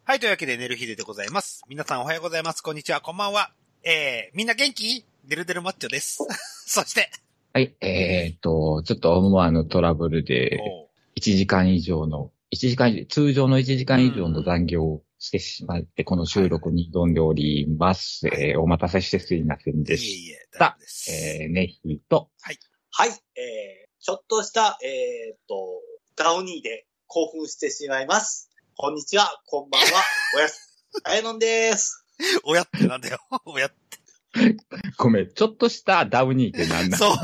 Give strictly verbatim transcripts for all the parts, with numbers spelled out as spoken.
はい、というわけで、寝る日ででございます。皆さんおはようございます。こんにちは、こんばんは。えー、みんな元気？デルデルマッチョです。そして。 はい、えーっと、ちょっと思わぬトラブルで、いちじかん以上の、いちじかん以上、通常のいちじかん以上の残業をしてしまって、この収録に挑んでおります。はい、えー、お待たせしてすいませんでした。いえいえ、大丈夫です。えー、ねひと。 はい。はい、えー、ちょっとした、えーっと、ダウニーで興奮してしまいます。こんにちは、こんばんは、おやす、あやのんです。 おやってなんだよ、おやって。 ごめん、ちょっとしたダウニーってなんだ？ そう。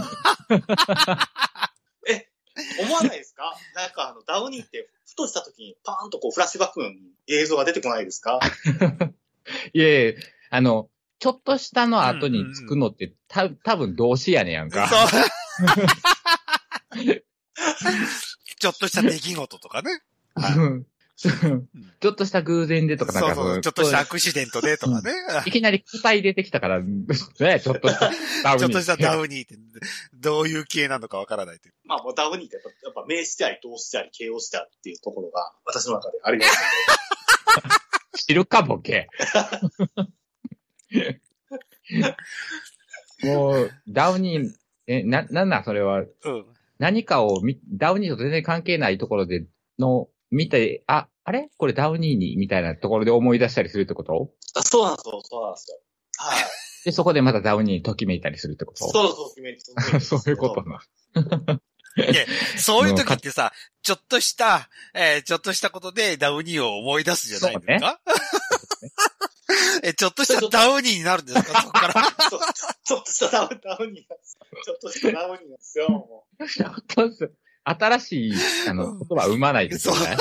え、思わないですか？なんかあの、ダウニーって、ふとした時にパーンとこうフラッシュバックの映像が出てこないですか？ いやいや、あの、ちょっとしたの後につくのって、た、多分動詞やねやんか。 そう。ちょっとした出来事とかね。 ちょっとした偶然でとかなんかそうそう、ちょっとしたアクシデントでとかね。 いきなり答え出てきたから、ね、ちょっとしたダウニー。 ちょっとしたダウニーって、どういう系なのかわからないという。 まあもうダウニーってやっぱ、やっぱ名詞であり、動詞であり、形容詞でありっていうところが、私の中でありますので。 知るか、ボケ。もう、ダウニー、え、な、なんだそれは。うん。何かをみ、ダウニーと全然関係ないところでの、見て、あ、あれこれダウニーにみたいなところで思い出したりするってこと？ あ、そうなんですよ、そうなんですよ。はい。 で、そこでまたダウニーにときめいたりするってこと？ そうそう、ときめいて。 そういうことな。 いや、そういう時ってさ、ちょっとした、えー、ちょっとしたことでダウニーを思い出すじゃないですか？え、ちょっとしたダウニーになるんですか？そこから。 ちょっとしたダウニーなんです。ちょっとしたダウニーなんですよ、もう。 ちょっとした新しい、あの、言葉生まないですよね。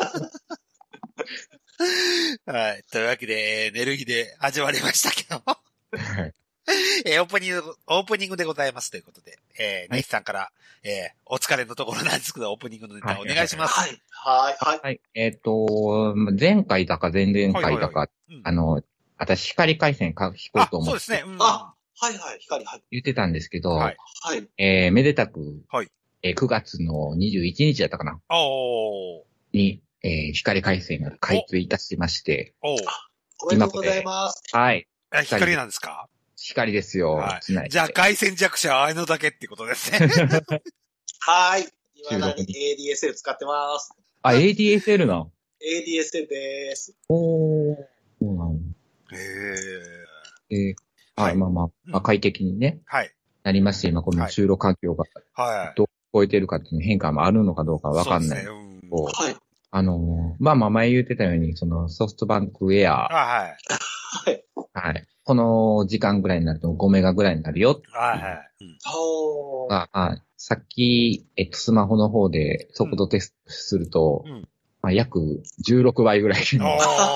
はい。というわけで、寝る日で始まりましたけど。はい。えー、オープニング、オープニングでございますということで、えー、ネヒさんから、えー、お疲れのところなんですけど、オープニングのネタお願いします。 はい。はい。はい。 はい。えっと、前回だか前々回だか、あの、私、光回線か引こうと思って。 そうですね。うん、 あ、はいはい、光、はい。 言ってたんですけど、はい。 はい。 えー、めでたく、 はい。 えー、くがつのにじゅういちにちだったかな。 おー。 に、えー、光回線が開通いたしまして。 おー。 おめでとうございます。 はい。 え、光なんですか？ 光ですよ。 はい。じゃあ、回線弱者はあいのだけってことですね。 はい。今何 エーディーエスエル 使ってます。 あ、エーディーエスエル な。 エーディーエスエル でーす。 おー。そうなの。 へー。えー、はい、まあまあ、まあ、快適にね。 はい。 なりまして、今この収録環境が、はい。どう超えてるかっていう変化もあるのかどうかわかんない。そうですね。うん、はい。あの、まあまあ前言ってたように、そのソフトバンクウェア。 はい。 はい。この時間ぐらいになるとごメガぐらいになるよ。 はいはい。 うん、 ああ、さっき、えっと、スマホの方で速度テストすると、うん、まあ、約じゅうろくばいぐらいの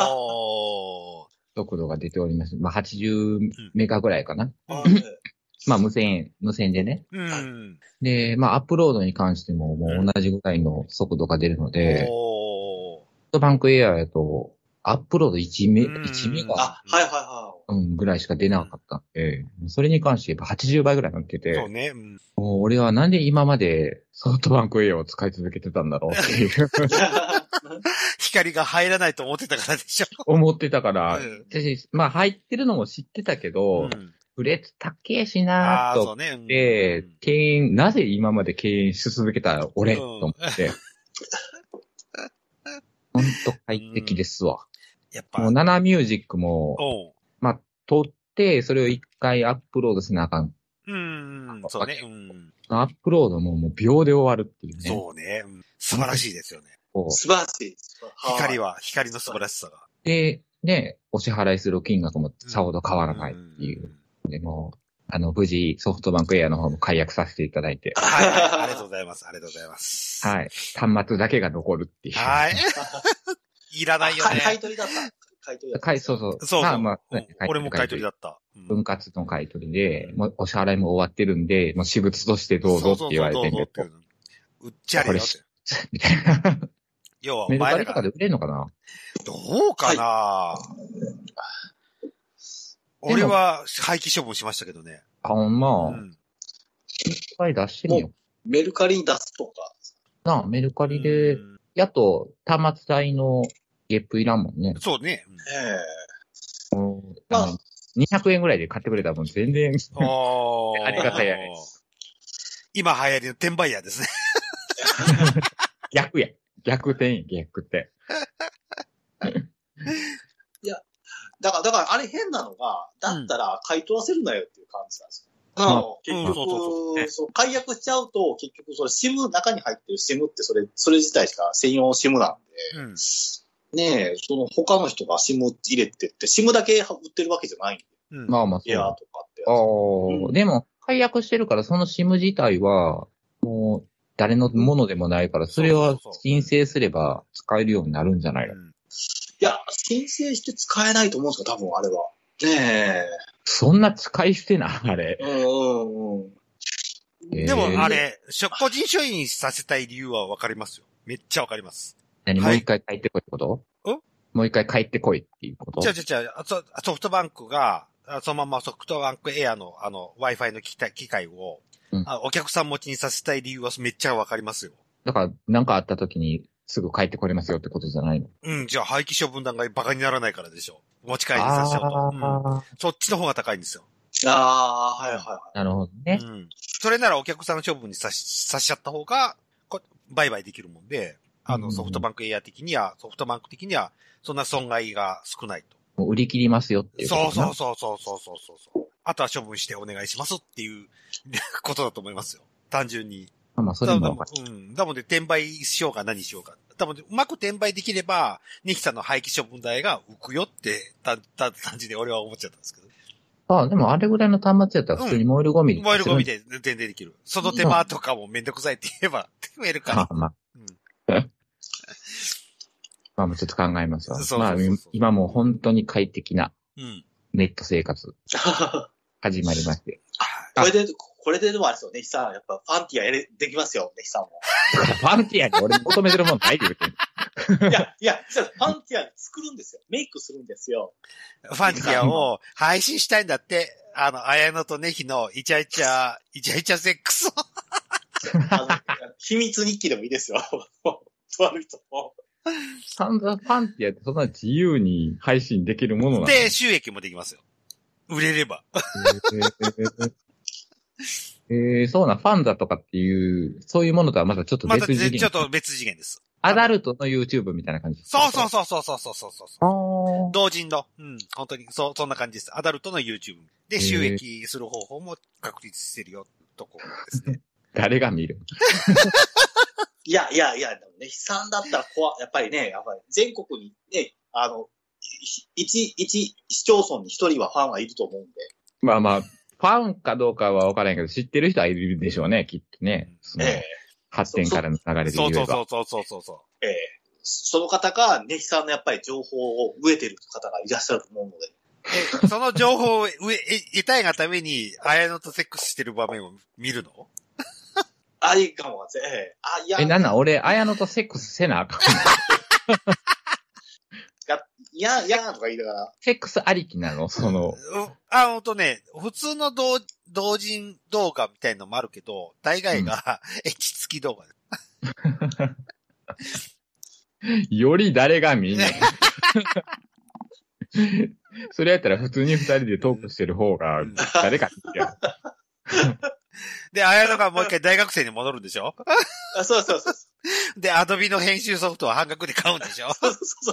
速度が出ております。まあ、はちじゅうメガぐらいかな。うん、まあ、無線、無線でね。うん、で、まあ、アップロードに関してももう同じぐらいの速度が出るので、ソフトバンクエアやと、アップロードいちメガ、いちメガ。 あ、はいはいはい。 うん、ぐらいしか出なかったんで、それに関して言えばはちじゅうばいぐらい乗ってて。 そうね。うん、 もう俺はなんで今までソフトバンクエアを使い続けてたんだろうっていう。 光が入らないと思ってたからでしょ。 思ってたから、うん、まあ入ってるのも知ってたけど、フレッツ高えしなーと思って、ねうん、敬遠、なぜ今まで敬遠し続けた俺、うん、と思って。ほんと快適ですわ。 やっぱ。 もうナナミュージックも、まあ、撮って、それを一回アップロードせなあかん。 うん、そうね。うん、 アップロードももう秒で終わるっていうね。 そうね。素晴らしいですよね。 素晴らしい。 光は、光の素晴らしさが。 で、ね、お支払いする金額もさほど変わらないっていう。うん、でも、あの、無事、ソフトバンクエアの方も解約させていただいて。 はい、はい、ありがとうございます。ありがとうございます。 はい。端末だけが残るっていう。 はい。いらないよね。 買い取りだった。買い取りだった。 そうそう。 そうそう。 まあまあ、 うん、俺も買い取りだった。 分割の買い取りで、もうお支払いも終わってるんで、もう私物としてどうぞって言われてんけど。 うっちゃれよって。 みたいな。 要はお前らが。 メルカリとかで売れるのかな？ どうかな、はい、俺は廃棄処分しましたけどね。 あ、ほんま。うん。一回出してみよう。 メルカリに出すとか。 なあ、メルカリで、やっと端末代のゲップいらんもんね。 そうね。 ええまあ、にひゃくえんぐらいで買ってくれた分全然、 おーありがたいやね。 今流行りの転売屋ですね。 逆や。逆転、逆転。 いや、だから、だからあれ変なのが、だったら買い取らせるなよっていう感じなんですよ。あの、結局、 うんそうそうそうそう解約しちゃうと、結局、それ、シム、中に入ってるシムって、それ、それ自体しか専用シムなんで、 うん。 ねえ、その他の人がシム入れてって、シムだけ売ってるわけじゃないんで、 うん。 まあまあ、そう。 エアーとかって。 ああ、 うんでも、解約してるから、その シム 自体は、もう、誰のものでもないから、それは申請すれば使えるようになるんじゃないの、 うん、 いや、申請して使えないと思うんですよ、多分あれは。ねえ。 そんな使い捨てな、あれ。 うんうんうん。 でも、あれ、個人所有にさせたい理由はわかりますよ。めっちゃわかります。 何、 はいもう一回帰ってこいってこと？ んもう一回帰ってこいっていうこと？ じゃあじゃあじゃあソ、ソフトバンクが、そのままソフトバンクエアのあの Wi-Fi の機械機械を、うん、あお客さん持ちにさせたい理由はめっちゃわかりますよ。だから、なんかあった時にすぐ帰ってこれますよってことじゃないの？ うん、じゃあ廃棄処分団がバカにならないからでしょ。持ち帰りにさせちゃうと。うん。そっちの方が高いんですよ。 ああ、はいはいはい。 なるほどね。 うん。それならお客さんの処分にさし、さしちゃった方が、売買できるもんで、あの、ソフトバンクエア的には、ソフトバンク的には、そんな損害が少ないと。 もう売り切りますよっていうこと。 そうそうそうそうそうそうそう。あとは処分してお願いしますっていうことだと思いますよ。単純に。 まあ、それも。 うん。なので、転売しようか何しようか。多分、うまく転売できれば、ネキさんの廃棄処分代が浮くよって、た、た、感じで俺は思っちゃったんですけど。 ああ、でもあれぐらいの端末やったら普通に燃えるゴミで、 うん。燃えるゴミで全然できる。その手間とかもめんどくさいって言えば、増えるから。 ああ、まあ。うん。まあ、もうちょっと考えますわ。そうそうそうそう。まあ、今もう本当に快適な、ネット生活、始まりまして。 これで、これででもあれですよ、ネキさん。やっぱファンティアやれ、できますよ、ネキさんも。 ファンティアに俺求めてるもんないで言うてん。 いや、いや、ファンティア作るんですよ。メイクするんですよ。 ファンティアを配信したいんだって、あの、綾野とネヒのイチャイチャ、イチャイチャセックスを。 あの秘密日記でもいいですよ。とある人も。 サンダーファンティアってそんな自由に配信できるものなの？ で、収益もできますよ。売れれば。 えーえー、そうな、ファンザとかっていう、そういうものとはまたちょっと別次元。 またちょっと別次元です。 アダルトの YouTube みたいな感じです。 そうそうそうそうそうそうそうそう。同人の、うん、本当に、そう、そんな感じです。アダルトの YouTube で収益する方法も確立してるよ、ところですね。 誰が見るいや、いや、いや、でもね、悲惨だったら怖、やっぱりね、やっぱり全国にね、あの、一、一市町村に一人はファンはいると思うんで。 まあまあ、ファンかどうかは分からないけど、知ってる人はいるでしょうね、きっとね。ええ。発展からの流れで言えば。 そうそうそうそうそうそう。 ええ。その方が、ネヒさんのやっぱり情報を植えてる方がいらっしゃると思うので。 え、その情報を植え、得たいがために、綾野とセックスしてる場面を見るの？ あ、いいかも。ええ。あ、いや。 え、なんなん俺、綾野とセックスせなあかん。 いや、いや、とか言いながら。 セックスありきなのその。 あ、ほんとね、普通の同、同人動画みたいのもあるけど、大概が、エッチ付き動画。 より誰が見んねん。それやったら普通に二人でトークしてる方が、誰か見てやる。 で、綾野がもう一回大学生に戻るんでしょ？ あ、そうそうそう。 で、アドビの編集ソフトは半額で買うんでしょ？そうそうそう。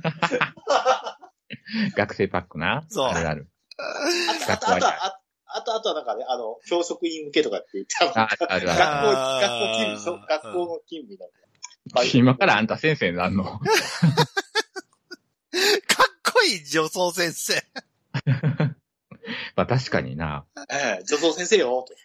学生パックな。 そう。 あるある。 あと、あと、ああと、あとはなんかね、あの、教職員向けとかって言って、ああるある。 学校、学校勤務、学校の勤務なんで。今からあんた先生になんの？かっこいい女装先生。 まあ確かにな。 ええ、女装先生よ、と。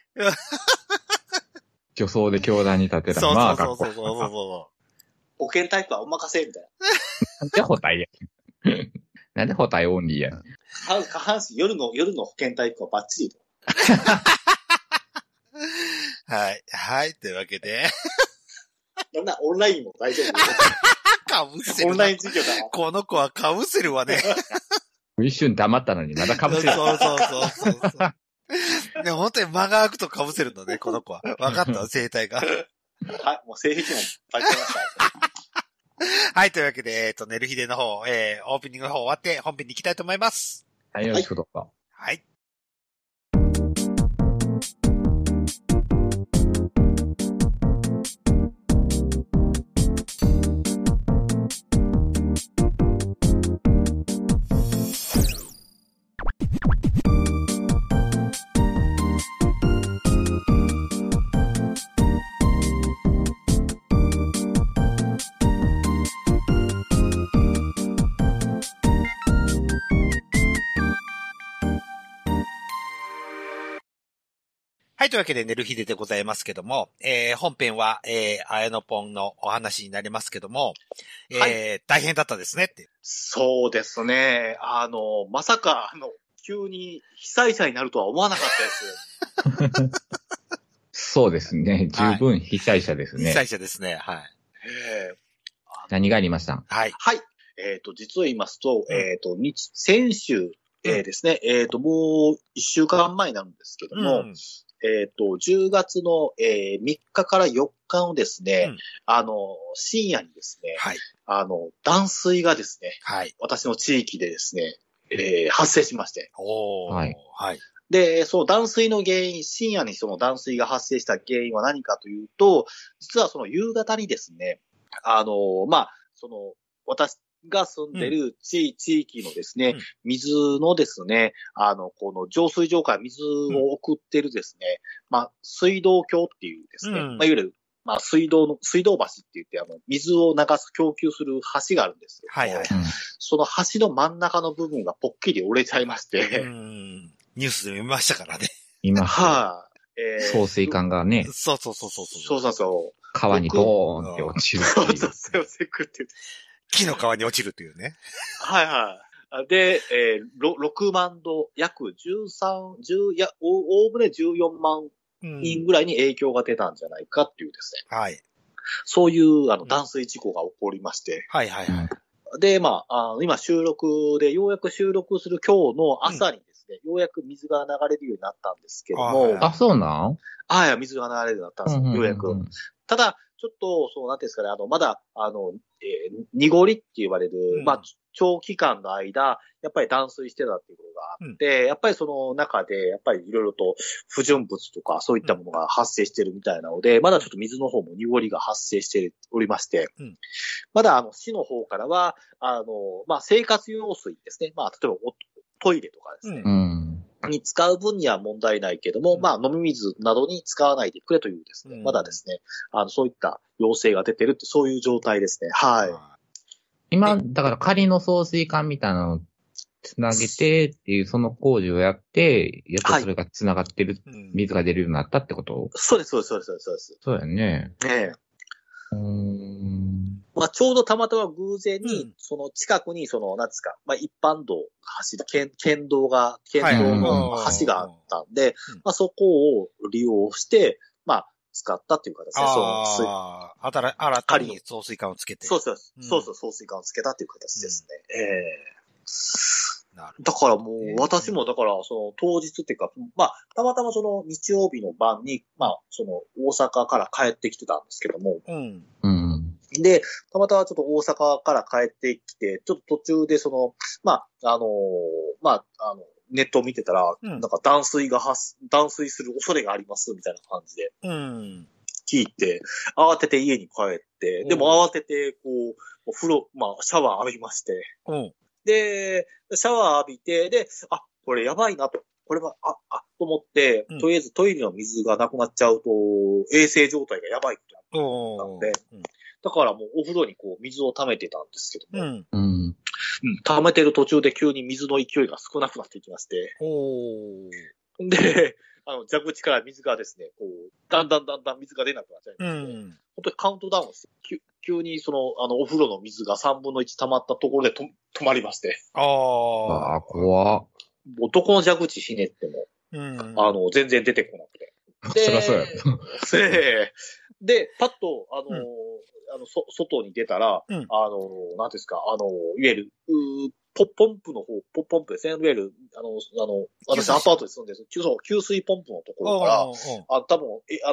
女装で教壇に立てたら、まあ学校。そうそうそうそうそう。保健体育はお任せ、みたいな。 なんで補体やなんで補体オンリーやん。 下半身、夜の、夜の保健体育はバッチリと。 はい。はい。というわけで。 なんだ、オンラインも大丈夫。 かぶせる。 オンライン授業だ。 この子はかぶせるわね。 一瞬黙ったのにまだかぶせる。 そうそうそうそうそう。でも本当に間が空くとかぶせるのね、この子は。分かった、生態が。 はい、もう性癖もバレてました。 はい、というわけで、えっと、寝る日での方、えー、オープニングの方終わって本編に行きたいと思います。 はい、よろしくどうぞ。 はい。はい、というわけで、寝る日ででございますけども、えー、本編は、えー、あやのぽんのお話になりますけども、えー、はい、大変だったですねって。 そうですね。あの、まさか、あの、急に被災者になるとは思わなかったです。 そうですね。十分被災者ですね。 はい、被災者ですね。はい。 えー、 何がありました？ はい。 はい。えっ、ー、と、実を言いますと、うん、えっ、ー、と、日、先週、えー、ですね、うん、えっ、ー、と、もう一週間前なんですけども、うん、えっ、と、じゅうがつの、えー、みっかからよっかのですね、うん、あの、深夜にですね、はい、あの、断水がですね、はい、私の地域でですね、えー、発生しまして。 おー、はい。はい。 で、その断水の原因、深夜にその断水が発生した原因は何かというと、実はその夕方にですね、あの、まあ、その、私が住んでる地、うん、地域のですね、うん、水のですね、あの、この浄水場から水を送ってるですね、うん、まあ、水道橋っていうですね、うん、まあ、いわゆる、まあ、水道の、水道橋って言って、あの、水を流す、供給する橋があるんですけど、はいはいはい。その橋の真ん中の部分がぽっきり折れちゃいまして、 うん、ニュースで見ましたからね。 今、 はい、 えー。送水管がね。 そうそうそうそうそう。 そうそうそう。 川にドーンって落ちるっていう。 そうそう、せくって。 木の川に落ちるというね。 はいはい。で、えー、ろくまんど、約じゅうさん、じゅう、いや、おおむねじゅうよんまん人ぐらいに影響が出たんじゃないかっていうですね。 はい。 そういう、あの、断水事故が起こりまして。 はいはいはい。 で、まあ、あの今収録で、ようやく収録する今日の朝にですね、うん、ようやく水が流れるようになったんですけども。 あ、そうなんはい、水が流れるようになったんですよ、ようやく。ただ、ちょっと、そう、なんていうんですかね、あの、まだ、あの、えー、濁りって言われる、うん、まあ、長期間の間、やっぱり断水してたっていうことがあって、うん、やっぱりその中で、やっぱりいろいろと不純物とかそういったものが発生してるみたいなので、うん、まだちょっと水の方も濁りが発生しておりまして、うん、まだあの、市の方からは、あの、まあ、生活用水ですね。まあ、例えばトイレとかですね。うんに使う分には問題ないけども、うん、まあ飲み水などに使わないでくれというですね、うん、まだですね、あの、そういった要請が出てるってそういう状態ですね。はい。 今、だから仮の送水管みたいなのをつなげてっていう、その工事をやって、やっとそれがつながってる、はい、水が出るようになったってこと？ そうです、そうです、そうです、そうです。 そうだよね。 ねえ。うーんまあ、ちょうどたまたま偶然に、うん、その近くに、その、なんですか、まあ、一般道、橋、県、県道が、県道の橋があったんで、はい、まあ、そこを利用して、まあ、使ったっていう形ですね。 ああ、新新たに送水管をつけて。 そうそう、うん、そうそう、送水管をつけたっていう形ですね。うん、ええー、なるほど。だからもう、私もだから、その当日っていうか、まあ、たまたまその日曜日の晩に、まあ、その大阪から帰ってきてたんですけども、うん。うんで、たまたまちょっと大阪から帰ってきて、ちょっと途中でその、まあ、あのー、まあ、あの、ネットを見てたら、うん、なんか断水が発、断水する恐れがあります、みたいな感じで。うん。聞いて、慌てて家に帰って、でも慌てて、こう、お風呂、まあ、シャワー浴びまして。うん。で、シャワー浴びて、で、あ、これやばいなと。これは、あ、あ、と思って、うん、とりあえずトイレの水がなくなっちゃうと、衛生状態がやばいことになって、うんだからもうお風呂にこう水を溜めてたんですけども、うんうん、溜めてる途中で急に水の勢いが少なくなっていきまして、おで、あの蛇口から水がですね、こうだんだんだんだん水が出なくなっちゃいまして、うん、本当にカウントダウンして、急にそのあのお風呂の水がさんぶんのいち溜まったところでと止まりまして、 ああ怖っ。 もうどこの蛇口ひねっても、うん、あの全然出てこなくて、 で、そりゃそうや。 で、パッとあの、うんあの、そ、外に出たら、うん、あの、なんですか、あの、いわゆる、うポ、ポンプの方、ポ、ポンプですね。いわゆる、あの、あの、私アパートに住んでるんですけど、給水ポンプのところから、あ、多分、え、あの、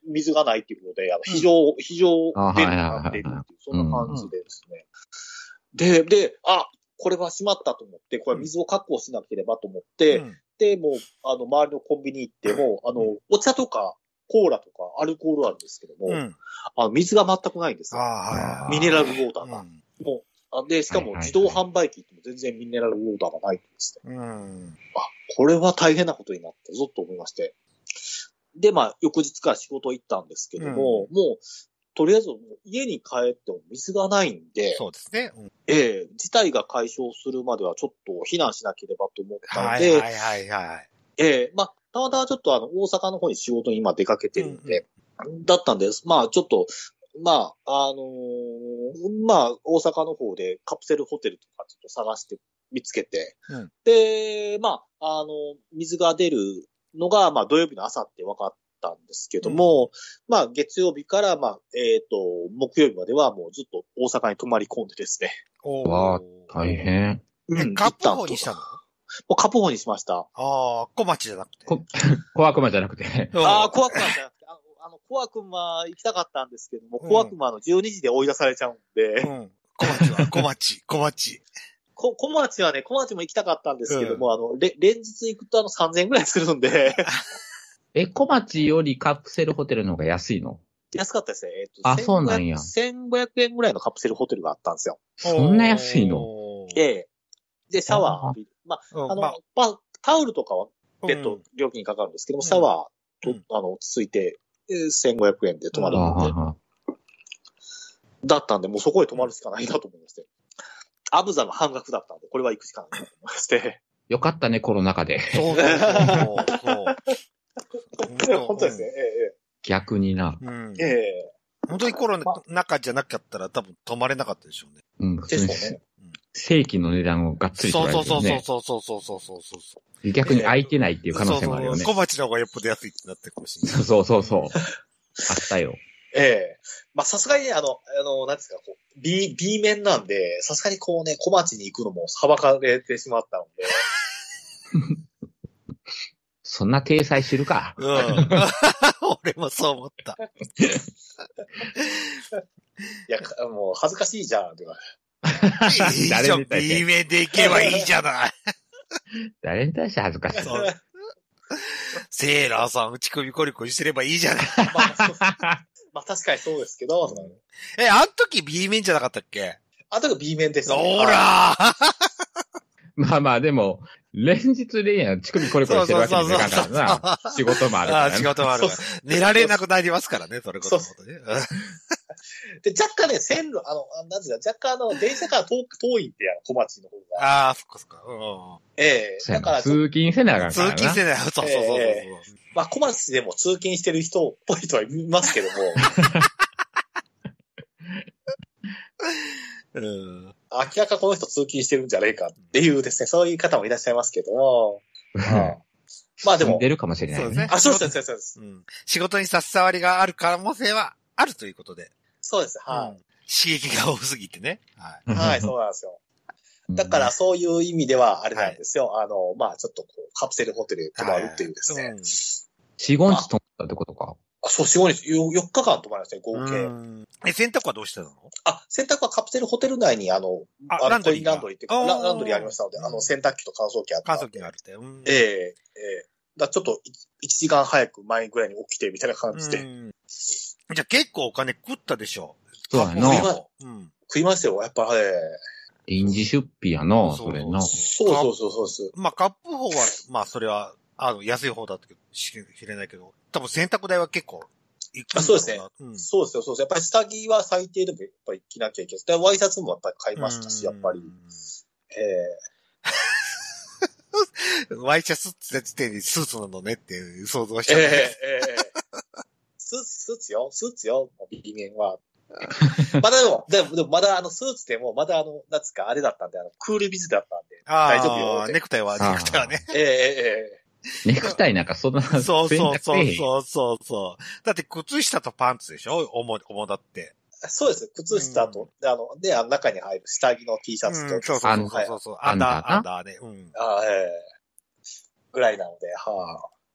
水がないっていうことで、あの、非常、うん、非常電になっているっていう、そんな感じでですね。うん、で、で、あ、これは閉まったと思って、これ水を確保しなければと思って、うん、で、もう、あの、周りのコンビニ行っても、あの、お茶とか、コーラとか、アルコールあるんですけども、うん、あの、水が全くないんですよ。ミネラルウォーターが。うん、もう、で、しかも自動販売機っても全然ミネラルウォーターがないんですね。うん、あ、これは大変なことになったぞと思いまして。で、まあ、翌日から仕事行ったんですけども、うん、もう、とりあえず家に帰っても水がないんで、 そうですね。うん、 ええー、事態が解消するまではちょっと避難しなければと思ったので、 はいはいはいはい。 ええー、まあ、たまたまちょっとあの、大阪の方に仕事に今出かけてるんで、うんうん、だったんです。まあ、ちょっと、まあ、あのー、まあ、大阪の方でカプセルホテルとかちょっと探して見つけて、うん、で、まあ、あの、水が出るのが、まあ、土曜日の朝って分かったんですけども、うん、まあ、月曜日から、まあ、えっと、木曜日まではもうずっと大阪に泊まり込んでですね。 わあ、大変。 うん、カップ法にしたの？ もうカップ法にしました。 ああ、小町じゃなくて。 こ、小悪魔じゃなくて。 ああ、小悪魔じゃなくて。あの、あの小悪魔行きたかったんですけども、うん、小悪魔のじゅうにじで追い出されちゃうんで。うん。 小町は、小町、小町。 こ、小町はね、小町も行きたかったんですけども、うん、あの、れ、連日行くとあのさんぜんえんぐらいするんで。 え、小町よりカプセルホテルの方が安いの？ 安かったですね。えっと、 あ、そうなんや。 せんごひゃくえんぐらいのカプセルホテルがあったんですよ。 そんな安いの？ ええ。で、シャワー浴びる。まあ、あの、まあ、パ、タオルとかは別途料金かかるんですけども、うん、シャワーと、うん、あの、ついて、せんごひゃくえんで泊まるので、うん、だったんで、もうそこへ泊まるしかないなと思いまして。アブザの半額だったんで、これは行くしかないなと思いまして。 よかったね、コロナ禍で。 そうそうそう。本当ですね。ええ、 逆にな。 うん、ええ。 本当にコロナ禍じゃなかったら多分泊まれなかったでしょうね。 うん、 ですよね。 正規の値段をがっつり取られてる、ね。 そうそうそうそうそうそうそう。 逆に空いてないっていう可能性もあるよね。 そうそう、小町の方がよっぽど安いってなってるかもしれない。 そうそうそう。あったよ。 ええ。まあ、さすがにね、あの、あの、なんですか、こう、B、B 面なんで、さすがにこうね、小町に行くのもはばかれてしまったので。 そんな体裁知るか。 うん。俺もそう思った。 いや、もう恥ずかしいじゃん、とか。 いいじゃん、B 面で行けばいいじゃない。 誰に対して恥ずかしい。 セーラーさん、打ち込みコリコリしてればいいじゃない。 まあ、まあ確かにそうですけど。うん、 え、あん時 B 面じゃなかったっけ？ あん時 B 面でした、 ね。ほらーまあまあでも、連日連夜乳首コリコリしてるわけにはいかんからな。仕事もあるから、ね。 あ仕事もあるから。寝られなくなりますからね、それこそ。そうね、 で、若干ね、線路、あの、なんですか、若干あの、電車から遠く、遠いって、あの、小町の方が。 ああ、そっかそっか。うん。 ええー、だから。 通勤せなあかんからな。 通勤せなあかん。そうそうそうそう、えー。まあ、小町でも通勤してる人っぽいとは言いますけども。うん、明らかこの人通勤してるんじゃねえかっていうですね、そういう方もいらっしゃいますけども。まあ、まあでも。 出るかもしれないね。 そうですね。 あ、そうです、そうです、 うん。仕事に携わりがある可能性はあるということで。 そうです、はい、 うん。刺激が多すぎてね。 はい。はい、そうなんですよ。だからそういう意味ではあれなんですよ。はい、あの、まあちょっとこう、カプセルホテルで泊まるっていうですね。はい、うん、 四五日泊まったってことか。 あ、そう、四五日、よっかかん泊まりましたね、合計。 え、洗濯はどうしてたの？ あ、洗濯はカプセルホテル内に、あの、 ああのランドリー。ランドリーっていうかラ、ランドリーありましたので、あの、洗濯機と乾燥機あった。 乾燥機があるって。うん、 ええええだちょっといちじかん早く前ぐらいに起きてみたいな感じで。 じゃあ結構お金食ったでしょ？ そうやな。 食いま、うん、食いましたよ、やっぱり。 臨時出費やな、それな。 そうそうそうそうそう。 まあ、カップ法は、まあ、それは、あの、安い方だったけど、知れないけど、多分洗濯代は結構、いくんだろうな。 あ、そうですね、うん。そうですよ、そうですよ。やっぱり下着は最低でもやっぱり着なきゃいけない。で、ワイシャツもやっぱり買いましたし、やっぱり。ええー。ワイシャツって時点でスーツなのねっていう想像しちゃった。ええー、ええー。スーツ、スーツよ、スーツよ、B 面は。まだでも、でも、でもまだあの、スーツでも、まだあの、なんつか、あれだったんで、あの、クールビズだったんで、大丈夫よ。 ネクタイは、ネクタイはね。 ええええネクタイなんかそんな、 そうそうそうそうそうそう。だって、靴下とパンツでしょ？主、主だって。 そうです。靴下と、うん、あの、で、あの中に入る下着の T シャツと。うん、 そうそうそうそう。アンダー、アンダーね。うん。 ああ、ええー、ぐらいなので、はあ。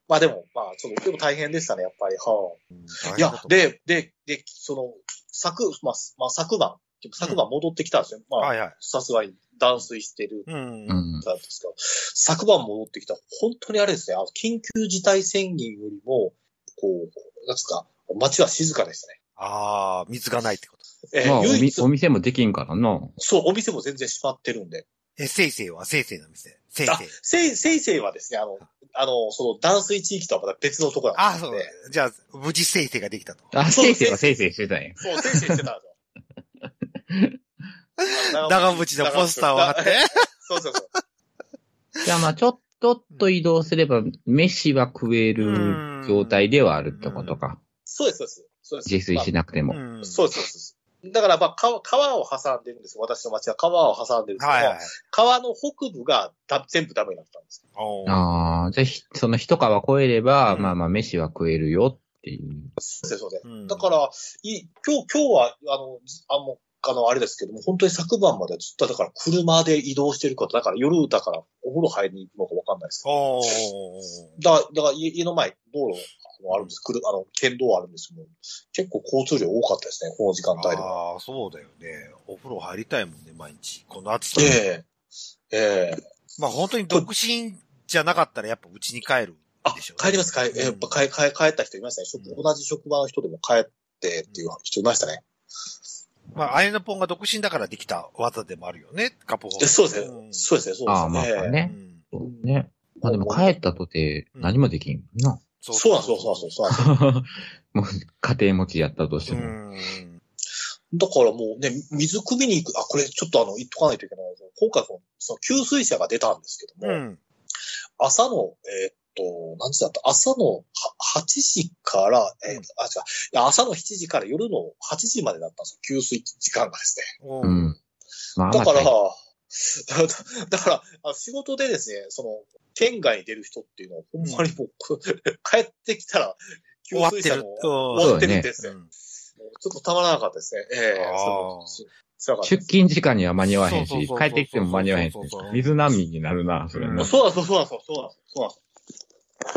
まあでも、まあ、ちょっと、でも大変でしたね、やっぱり。はあ、うん、いや、で、で、で、その、昨、まあ、まあ、昨晩、昨晩戻ってきたんですよ。うん、まあ、はいはい、さすがに断水してる。うん。なんですけど、昨晩戻ってきた、本当にあれですね、あの、緊急事態宣言よりも、こう、なんですか、街は静かでしたね。 ああ、水がないってこと。 えーまあ、唯一お店もできんからな。 そう、お店も全然閉まってるんで。 え、せいせいはせいせいの店。せいせい。 あ、せい、せいせいはですね、あの、あの、その断水地域とはまた別のところなんですね。 あ、そう。じゃあ、無事せいせいができたと。 あ、せいせいはせいせいしてたんや。 そう、せいせいしてたんですよ。長渕のポスターを貼って。 そうそうそう。 じゃあまあ、ちょっとっと移動すれば、飯は食える状態ではあるってことか。 そうです、そうです。そうです。 自炊しなくても。 まあ、そうです、そうです。だから、まあ、川、川を挟んでるんですよ。私の町は川を挟んでるんですけど、はいはい、川の北部がだ全部ダメになったんです。 ああ、じゃあ、その一川越えれば、うん、まあまあ、飯は食えるよっていう。 そうです、そうです。うん、だから、い今日、今日は、あの、あの、あの、あれですけども、本当に昨晩までずっと、だから車で移動してること、だから夜だからお風呂入りに行くのかわかんないですけど。だから、だから家の前、道路、あるんです。来る、あの、県道あるんですけど、結構交通量多かったですね、この時間帯では。 ああ、そうだよね。お風呂入りたいもんね、毎日。この暑さ。 ええええまあ本当に独身じゃなかったらやっぱ家に帰るでしょうね。 あ、帰ります、帰、やっぱ帰、帰、帰った人いましたね。うん、同じ職場の人でも帰ってっていう人いましたね。 まあ、アイナポンが独身だからできた技でもあるよね、カポホ。 そうですね。うん、そうですね、そうですね。 ああ、まあね。うん、そうね。まあでも帰ったとて何もできんな。うんそうなんですよ、そうなんですよ、そうなんですよ。 もう、家庭持ちやったとしても。 だからもうね、水汲みに行く、あ、これちょっとあの、言っとかないといけない。今回その、給水車が出たんですけども、うん、朝の、えー、っと、何時だった朝のはちじから、えー、うん、あ、違う、朝のしちじから夜のはちじまでだったんですよ、給水時間がですね。うん。まあ、だから、だ, だから、仕事でですね、その、県外に出る人っていうのは、ほんまにもう、うん、帰ってきたら、給水車も終わってるんですね。うん、ちょっとたまらなかったですね。ええー、出勤時間には間に合わへんし、帰ってきても間に合わへんし、水難民になるな、それね。 そうなんです、そうなんです、そうなんです、そうなんです。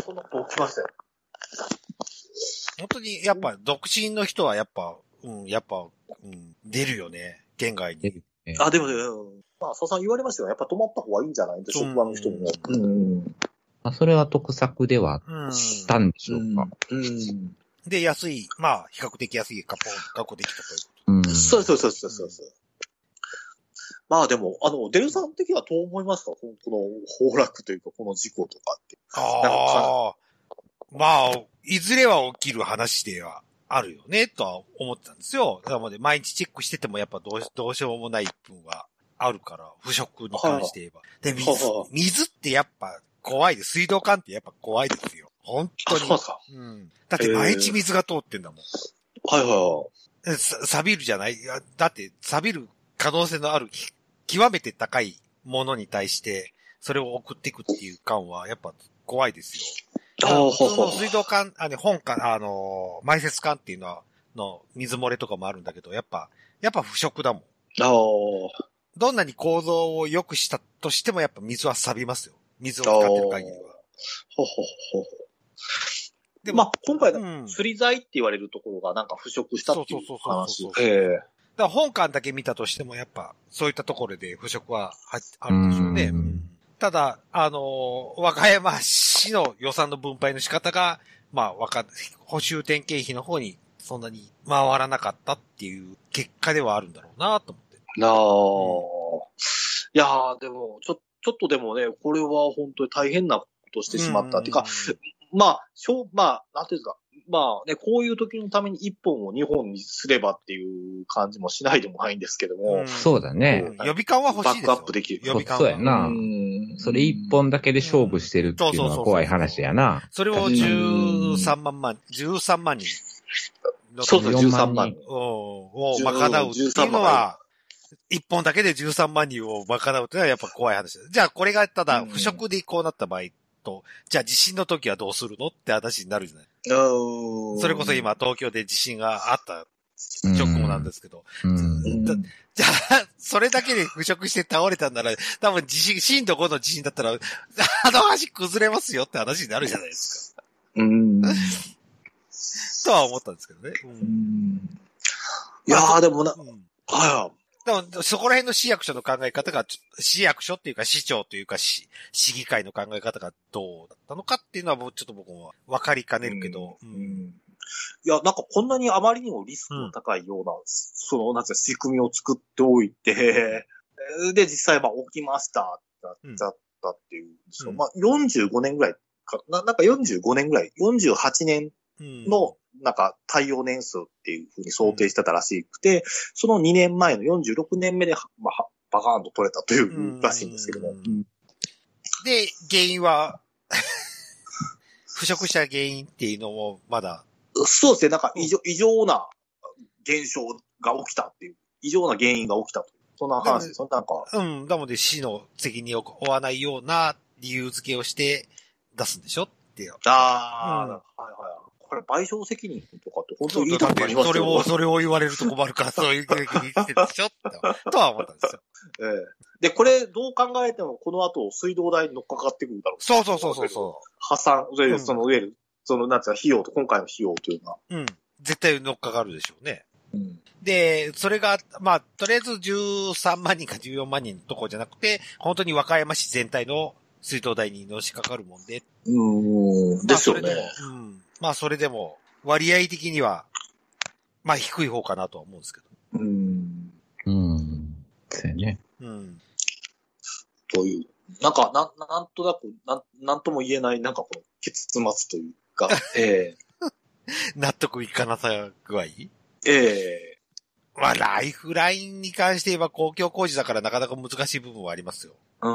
そんなこと起きましたよ。 本当に、やっぱ、独身の人はやっぱ、うん、やっぱ、うん、出るよね、県外に。 あ、でもね、まあ、そうさん言われましたよ。やっぱ泊まった方がいいんじゃないんで、職場の人にも。うん。 まあ、それは得策ではあったんでしょうか。 うん。うん、 で、安い、まあ、比較的安いカポン確保できたということ。 うん。そうそうそうそうそう。うん、まあでも、あの、デルさん的にはどう思いますか？この崩落というか、この事故とかって。 ああ。まあ、いずれは起きる話ではあるよね、とは思ってたんですよ。なので、毎日チェックしててもやっぱどう、どうしようもない分はあるから、腐食に関して言えば。で、水、水ってやっぱ怖いです。水道管ってやっぱ怖いですよ。本当に。 そうですか。 うん。だって毎日水が通ってんだもん。 はいはいはい。 錆びるじゃない？だって、錆びる可能性のある、極めて高いものに対して、それを送っていくっていう感は、やっぱ怖いですよ。普通の水道管、あの、本管、あの、埋設管っていうのは、の水漏れとかもあるんだけど、やっぱ、やっぱ腐食だもん。 あどんなに構造を良くしたとしても、やっぱ水は錆びますよ。水を使ってる限りは。 ほほほほ。で、まあ、今回、うん、釣り剤って言われるところがなんか腐食したっていう話。ええ。だから本館だけ見たとしても、やっぱ、そういったところで腐食はあるでしょうね。うんただ、あの、和歌山市の予算の分配の仕方が、まあ、わか、補修点検費の方にそんなに回らなかったっていう結果ではあるんだろうなと思って。 なあ、うん、いやー、でも、ちょ、ちょっとでもね、これは本当に大変なことしてしまったっていうか、まあ、しょう、まあ、なんていうんですか、まあね、こういう時のために一本を二本にすればっていう感じもしないでもないんですけども。 うん、そうだね。 予備感は欲しいですよ。 バックアップできる。 予備感は。そうやな。うん、それ一本だけで勝負してるっていうのは怖い話やな。 それをじゅうさんまんまん、じゅうさんまんにん。 そうそう、じゅうさんまんにん。 を賄うっていうのは、一本だけでじゅうさんまんにんを賄うっていうのはやっぱ怖い話です。じゃあこれがただ腐食でこうなった場合と、じゃあ地震の時はどうするのって話になるじゃない。それこそ今東京で地震があった直後なんですけど。じゃあ、それだけで腐食して倒れたんなら、多分地震、震度ごの地震だったら、あの橋崩れますよって話になるじゃないですか。 うん。 とは思ったんですけどね。 うん。いやーでもな、うん、はい。 でも、そこら辺の市役所の考え方が、市役所っていうか市長というか市、市議会の考え方がどうだったのかっていうのはもうちょっと僕も分かりかねるけど。 うんうん、いや、なんかこんなにあまりにもリスクの高いような、うん、その、なんていう仕組みを作っておいて、で、実際まあ起きましただったっていうんですよ。うん、まあよんじゅうごねんぐらいかな、なんかよんじゅうごねんぐらい、よんじゅうはちねんの、なんか、対応年数っていうふうに想定してたらしくて、うん、そのにねんまえのよんじゅうろくねんめで、まあ、バカーンと取れたというらしいんですけども。うん、 で、原因は、腐食した原因っていうのも、まだ。 そうですね、なんか異常、異常な現象が起きたっていう、異常な原因が起きたという、そんな話です。そんなんか。 うん、なので市の責任を負わないような理由付けをして出すんでしょっていう。 ああ、うん、はいはい。これ賠償責任とかって本当にいいとこありますよね。 それを、それを言われると困るから、そういう責任してるでしょとは思ったんですよ。 ええ。で、これどう考えてもこの後水道代に乗っかかってくるだろう。 そうそうそうそうそう。 破産、その上で、その、なんつうか、費用と、今回の費用というのは。 うん。絶対乗っかかるでしょうね。 うん、 で、それが、まあ、とりあえずじゅうさんまんにんかじゅうよんまんにんのとこじゃなくて、本当に和歌山市全体の水道代にのしかかるもんで。 うーん。ですよね。 うん。まあ、それでも、割合的には、まあ、低い方かなとは思うんですけど。 うーん。 うん。そうね。 うん。 という。なんか、なん、なんとなく、なん、なんとも言えない、なんかこの、結末というか、ええー。 納得いかなさ具合ええー。まあ、ライフラインに関して言えば公共工事だからなかなか難しい部分はありますよ。 うん。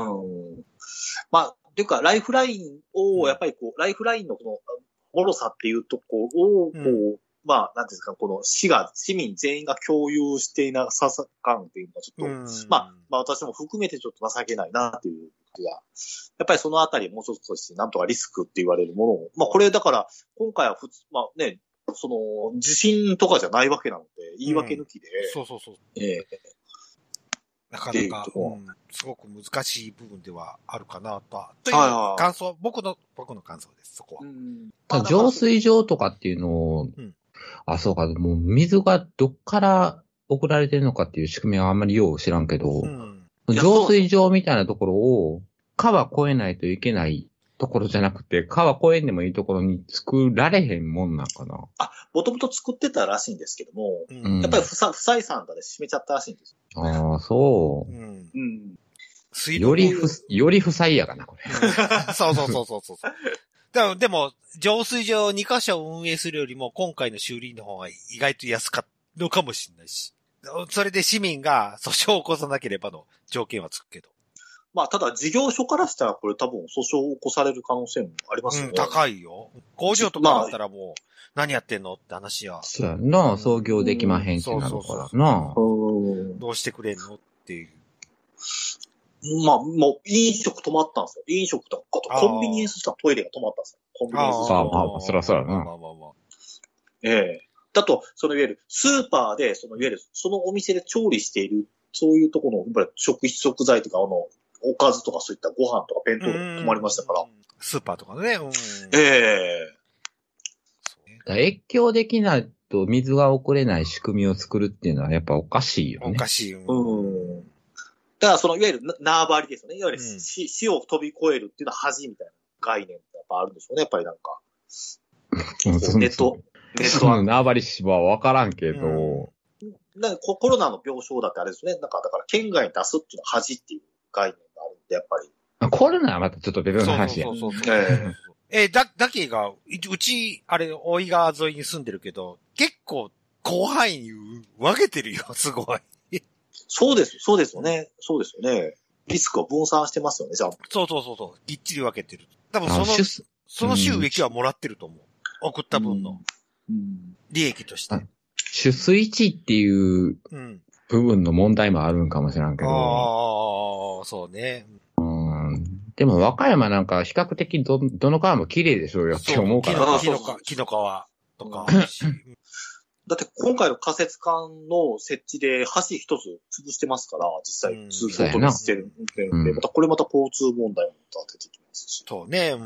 まあ、というか、ライフラインを、やっぱりこう、うん、ライフラインのこの、脆さっていうところを、こう、うん、まあ、なんていうんですか、この市が、市民全員が共有していなささ感っていうのはちょっと、うん、まあ、まあ私も含めてちょっと情けないなっていう気が、やっぱりそのあたりもう一つとして、なんとかリスクって言われるものを、まあこれだから、今回は普通、まあね、その、地震とかじゃないわけなので、言い訳抜きで。 うん、そうそうそう。 ええーなかなか、うん、すごく難しい部分ではあるかなとは。という感想、はいはい、僕の、僕の感想です、そこは。うん、 浄水場とかっていうのを、うん、あ、そうか、もう水がどっから送られてるのかっていう仕組みはあんまりよう知らんけど、うん、浄水場みたいなところを川越えないといけないところじゃなくて、川越えんでもいいところに作られへんもんなんかな。 あ、もともと作ってたらしいんですけども、うん、やっぱり不採算だで閉めちゃったらしいんです。 ああ、そう。うん。 うん。 よりふ、より不採やがな、これ。 そうそうそうそうそう。でも、でも、浄水場にカ所運営するよりも、今回の修理の方が意外と安かったのかもしれないし。それで市民が訴訟を起こさなければの条件はつくけど。 まあ、ただ事業所からしたらこれ多分訴訟を起こされる可能性もありますよね。 うん、高いよ。工場とかだったらもう、何やってんのって話や。 そうやな、創業できまへんってなるからな。 どうしてくれんのっていう。 まあ、もう、飲食止まったんですよ。飲食とか、あとコンビニエンスストアトイレが止まったんですよ。コンビニエンスストア。 ああ、まあ、そらそらな。まあまあまあ。 ええー。だと、そのいわゆる、スーパーで、そのいわゆる、そのお店で調理している、そういうところの、やっぱり食、食材とか、あの、おかずとかそういったご飯とか弁当とか止まりましたから。 スーパーとかね。うん、 ええー。越境できないと水が送れない仕組みを作るっていうのはやっぱおかしいよね。 おかしいよ。 うん。だからそのいわゆる縄張りですよね。いわゆる死、うん、を飛び越えるっていうのは恥みたいな概念ってやっぱあるんでしょうね。やっぱりなんか。ネット、 ネットは。縄張りはわからんけど、 うん、なんかコロナの病床だってあれですね。なんかだから県外に出すっていうのは恥っていう概念があるんで、やっぱり。 コロナはまたちょっと別の話や。 そうそうそうそう。えええー、だ、だけが、うち、あれ、大井川沿いに住んでるけど、結構、広範囲に分けてるよ、すごい。 そうです、そうですよね。そうですよね。リスクを分散してますよね、じゃあ。 そうそうそうそう。きっちり分けてる。多分その、その収益はもらってると思う。送った分の。利益として。 取水地っていう部分の問題もあるんかもしれんけど。 ああ、そうね。 でも和歌山なんか比較的ど、どの川も綺麗でしょうよって思うから。 木の川、木の川とか。 だって今回の仮設管の設置で橋一つ潰してますから、実際通行止めしてるんで、またこれまた交通問題も出てきますし。 そうね。うん、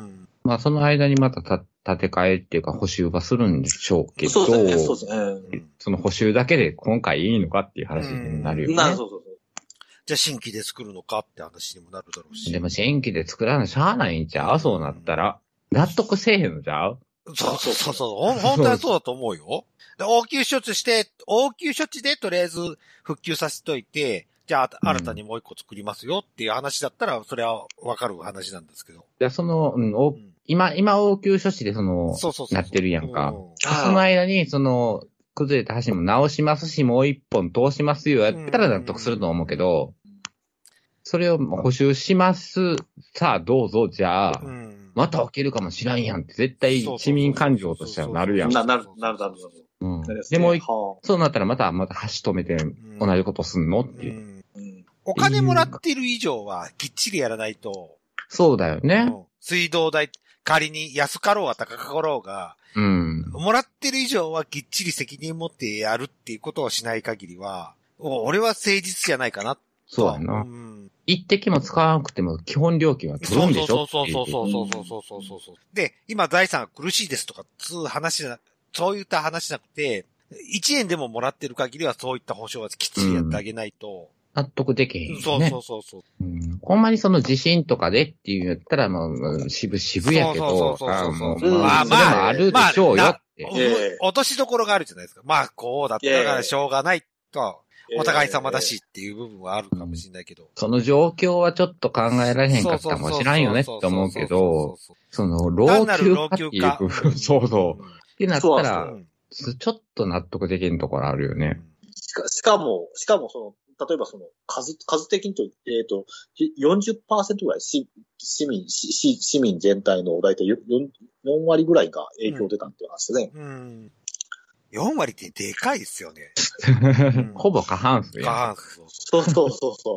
まあその間にまたた建て替えっていうか補修はするんでしょうけど、 そうですね、そうですね。 その補修だけで今回いいのかっていう話になるよね。 なるそうそうそう。 じゃあ新規で作るのかって話にもなるだろうし。 でも新規で作らなしゃあないんちゃうそうなったら。納得せえへんのちゃうそうそうそうそう。本当はそうだと思うよ。で応急処置して、応急処置でとりあえず復旧させといて、じゃあ新たにもう一個作りますよっていう話だったら、それはわかる話なんですけど。 じゃあその、うんおうん、今、今応急処置でその、そうそうそうなってるやんか。うん、その間に、その、崩れた橋も直しますし、もう一本通しますよやったら納得すると思うけど、うん、それを補修します。さあどうぞ、じゃあ、うん、また起きるかもしらんやんって絶対市民感情としてはなるやん。 な、なる、なる、なる、なる。 うん。でも、そうなったらまた、また橋止めて同じことすんのっていう。 うん、お金もらってる以上はきっちりやらないと。 そうだよね。 うん、水道代、仮に安かろうが高かろうが、うん、もらってる以上はきっちり責任持ってやるっていうことをしない限りは、俺は誠実じゃないかな。 そうやな。うん、一滴も使わなくても基本料金は取るんでしょそうそうそうそうそうそうそうそうそう。で、今財産が苦しいですとか、つう話じゃな、そういった話じゃなくて、いちえんでももらってる限りはそういった保証はきっちりやってあげないと。 うん、納得できへんよね。 そうそうそうそう、 うん。ほんまにその地震とかでっていうんやったらもう渋々やけど、まあまあ、あるでしょうよって。 落としどころがあるじゃないですか。まあこうだったからしょうがないと。お互い様だしっていう部分はあるかもしれないけど。うん、 その状況はちょっと考えられへんかったかもしれんよねって思うけど、その老朽化っていう部分、そうそう。ってなったら、ちょっと納得できんところあるよね。 しか、しかも、しかもその、例えばその、数、数的にと、えっ、ー、と、よんじゅっパーセントぐらい市、市民、市、市民全体の大体 よんわりぐらいが影響出たっていう話でね。うん。うんよんわりってでかいですよね。 うん、ほぼ過半数や。 過半数。 そうそうそうそう。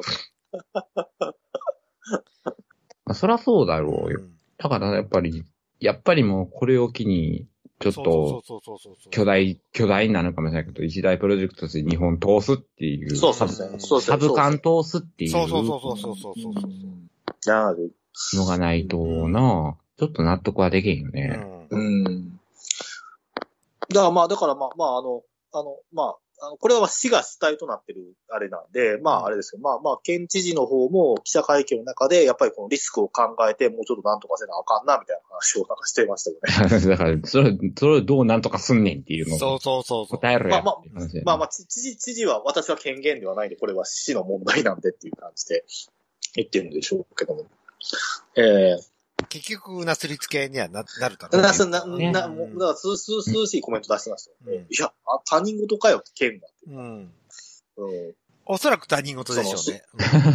そりゃそうだろうよ。うん、だからやっぱり、やっぱりもうこれを機に、ちょっと、巨大、巨大になるかもしれないけど、一大プロジェクトとして日本通すっていう。 そうそうそう。 サブカン通すっていう。 そうそうそうそうそうそうそう。 なる。 のがないとな、ちょっと納得はできんよね。 うん。うんだからまあ、だからまあ、まあ、あの、あの、まあ、あのこれは市が主体となってるあれなんで、まああれですけど、まあまあ、県知事の方も記者会見の中で、やっぱりこのリスクを考えて、もうちょっとなんとかせなあかんな、みたいな話をなんかしてましたよね。 だから、それ、それをどうなんとかすんねんっていうのを。 そうそうそう。 答えるやん。 まあまあ、まあまあ、知事、知事は、私は権限ではないんで、これは市の問題なんでっていう感じで言ってるんでしょうけども。えー結局、なすりつけにはな、なるだろう、 ね。な、な、な、もう、だから、す、す、涼しいコメント出してますよ。うん、いや、あ、他人事かよって県が。うん。うん。 おそらく他人事でしょうね。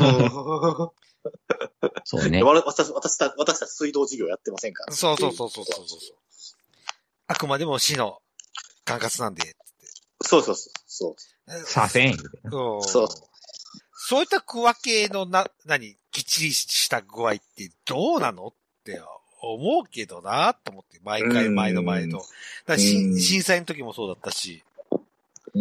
そうね。 私、私た、私たち水道事業やってませんから。 そうそうそうそうそうそう。あくまでも市の管轄なんで、つって。 そうそうそう。そう。 させん。 そう。そう。 そういった区分けのな、何、きっちりした具合ってどうなのって思うけどなと思って、毎回毎度毎度。だから震災の時もそうだったし。 うん。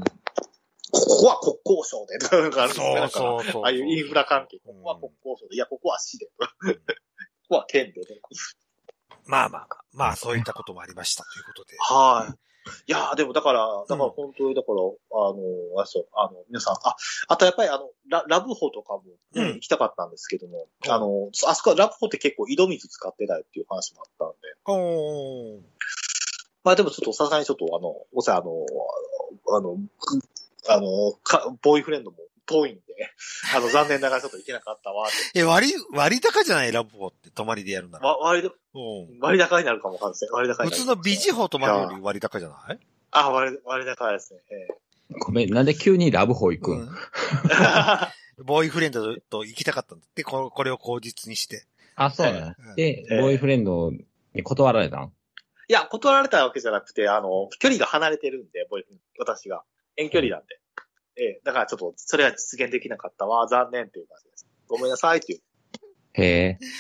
ここは国交省で、なんかあるんですね。 そうそうそう。 ああいうインフラ関係。ここは国交省で。いや、ここは市で。ここは県で。 まあまあまあ、まあそういったこともありましたということで。 はい。いやー、でもだから、だから本当に、だから、うん、あの、あそう、あの、皆さん、あ、あとやっぱりあの、ララブホとかも、ね、うん、行きたかったんですけども、うん、あの、あそこはラブホって結構井戸水使ってないっていう話もあったんで。おー。まあでもちょっとさすがにちょっとあの、おさ、あの、あの、あの、かボーイフレンドも遠いんで、あの、残念ながらちょっと行けなかったわって。 え、割、割高じゃないラブホって泊まりでやるなら。 わ、割、うん、割高になるかもわかんないですね。割高になる。 普通のビジホ泊まるより割高じゃないあ、割、割高ですね。えー、ごめん、なんで急にラブホ行くん、うん、 ボーイフレンドと行きたかったんだって、これを口実にして。 あ、そうなの、うん、で、えー、ボーイフレンドに断られたんいや、断られたわけじゃなくて、あの、距離が離れてるんで、ボーイフレンド、私が。遠距離なんで。ええ、だからちょっと、それは実現できなかったわ、残念っていう感じです。ごめんなさいっていう。 へえ。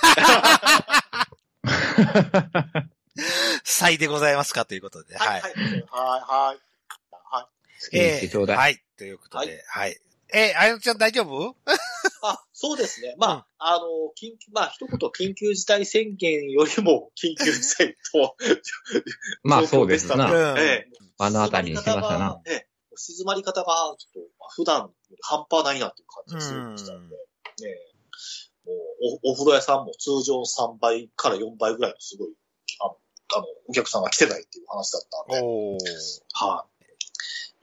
才でございますかということで。はい。 はい。はい。はい。はい。 えー、はい。ということで、はい、はい。 え、あやのちゃん大丈夫？ あ、そうですね。まあ、うん、あの、緊急、まあ、一言緊急事態宣言よりも緊急事態と、 まあ、そうですな。 ええ。 あのあたりにしましたな。 ええ。静まり方が、ちょっと、普段より半端ないなっていう感じがするんでしたので、ええ。もうお、お風呂屋さんも通常さんばいからよんばいぐらいのすごい、あの、あのお客さんが来てないっていう話だったんで。 おー。 はい、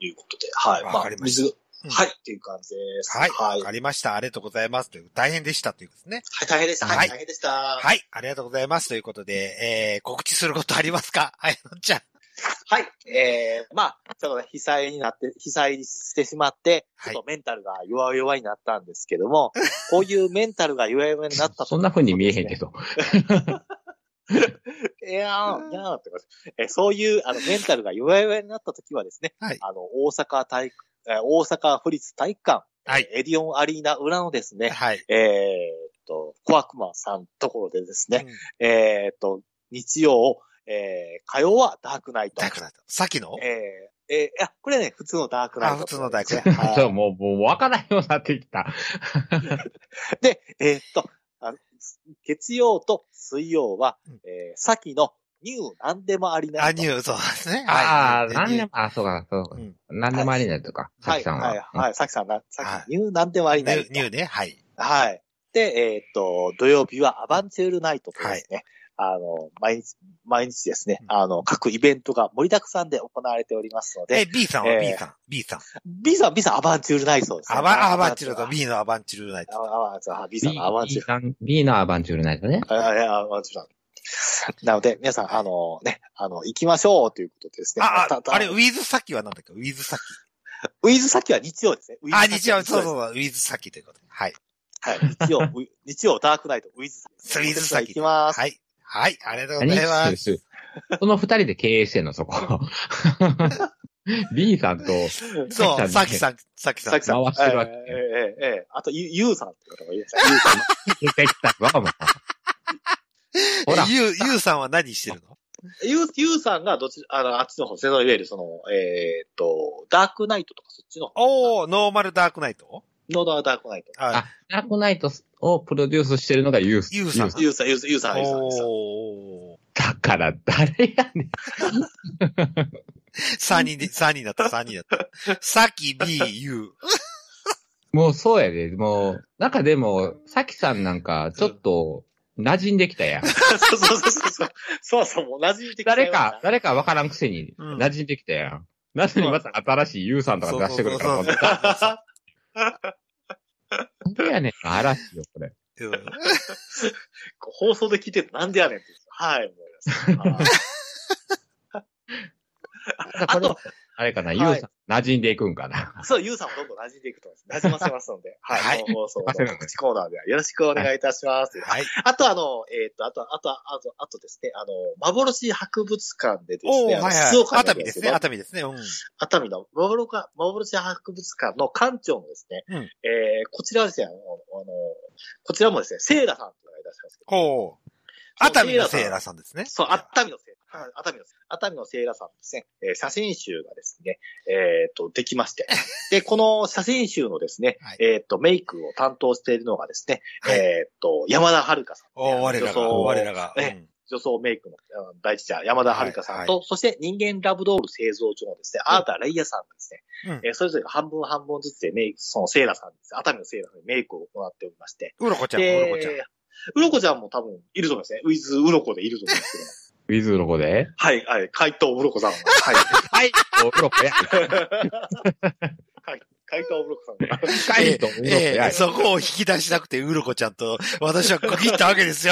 いうことで、はい。 わかりました。 水、うん、はい、っていう感じです。 はい。わ、はい、かりました。ありがとうございます。という、大変でしたということですね。 はい、大変でした。はい、大変でした。 はい、ありがとうございます。ということで、えー、告知することありますか？あやのちゃん。 はい。えー、まあ、ちょっとね、被災になって、被災してしまって、ちょっとメンタルが弱々になったんですけども、はい、こういうメンタルが弱々になったと、ね、 そんな風に見えへんけど。 いやー、いやーってえそういう、あの、メンタルが弱々になったときはですね、はい、あの、大阪体育、大阪府立体育館、はい、エディオンアリーナ裏のですね、はい、えー、っと、コアクマさんところでですね、うん、えー、っと、日曜、えー、火曜はダークナイト。 ダークナイト。さっきのえー、えー、いや、これね、普通のダークナイト、 ね。あ、普通のダークナイト。 そう、もう、もう、わからんようになってきた。 で、えー、っとあの、月曜と水曜は、うん、えー、さっきのニューなんでもありなあ、ニュー、そうですね。 ああ、なんでも、あ、そうか、そうか。うん、なんでもありなとか、さきさんは。 はい、はい、さきさんな、さき、ニューなんでもありな。 ニューね、はい。 はい。で、えー、っと、土曜日はアバンチュールナイトとですね。はい、あの、毎日、毎日ですね、あの、各イベントが盛りだくさんで行われておりますので。 え、B さんは B さん、B さん。 B さん、B さん、アバンチュールナイトですね。 アバ、アバンチュールと B のアバンチュールナイト。 あ、あ、B さんのアバンチュール。 B のアバンチュールナイトね。 あ、いや、アバンチュールナイト。なので、皆さん、あの、ね、あの、行きましょうということでですね。 あ、あ、あれ、ウィズサキは何だっけ？ウィズサキ。 ウィズサキは日曜ですね。 あ、日曜、そうそうそう、ウィズサキということで。はい。 はい、日曜、日曜ダークナイト、ウィズサキ。 ウィズサキ。 行きます。 はい。はい、ありがとうございます。 その二人で経営してんの、そこ。B さんと、 そう、さきさん、さきさん。 回してるわけ。 ええええあと、ゆ、ゆうさんって方がいいですか？ゆうさん。 出てきたわ、もう。 ほら。ゆう、ゆうさんは何してるの？ ゆう、ゆうさんがどっち、あの、あっちの方、いわゆるその、えっと、ダークナイトとかそっちの方。おー、ノーマルダークナイト？ ノーマルダークナイト。 あ、ダークナイトをプロデュースしてるのがユース。 ユーさん。 ユーさん、ユーさん、ユーさん、ユーさん。 おー。だから誰やねん。 さんにんで、さんにんだった、さんにんだった。さき、B、ユー。 もうそうやで。もう、なんかでも、さきさんなんか、ちょっと、馴染んできたやん。 そうそうそうそう。そうそう、もう馴染んできた。 誰か、誰かわからんくせに、馴染んできたやん。なのにまた新しいユーさんとか出してくるから思ってた。なんでやねん、嵐よ、これ。 放送で聞いてるなんでやねんって。はい、思います。 あと、あれかな、ユーさん、馴染んでいくんかな。 そう、ユーさんもどんどん馴染んでいくと思います。馴染ませますので。はい。はい。放送の告知コーナーではよろしくお願いいたします。はい。あと、あの、えっと、あと、あと、あと、あとですね、あの、幻博物館でですね、 はいはい。熱海ですね、熱海ですね。うん。 熱海の幻博物館の館長のですね、うん、えー、こちらはですね、あの、あのこちらもですね、セイラさんというのがいらっしゃいますけど。 ほう。熱海のセイラさんですね。 そう、熱海のセイラ。熱海の、熱海のセイラさんですね、えー、写真集がですね、えっ、ー、と、できまして。で、この写真集のですね、はい、えっ、ー、と、メイクを担当しているのがですね、はい、えっ、ー、と、山田遥さん。 お我らが、我らが。 ね、女装メイクの第一者、山田遥さんと、はいはい、そして人間ラブドール製造所のですね、あなたレイヤさんがですね、うんえー、それぞれが半分半分ずつでメイク、そのセイラさんです。熱海のセイラさんにメイクを行っておりまして。 うろこちゃん、うろこちゃん。 うろこちゃんも多分いると思いますね。ウィズうろこでいると思いますけど。 ウィズうろこではい、はい。怪盗うろこさんは。はい。 はい。うろこや。 怪盗うろこさんが。 怪盗うろこや、 えー。そこを引き出しなくてうろこちゃんと私は区切ったわけですよ。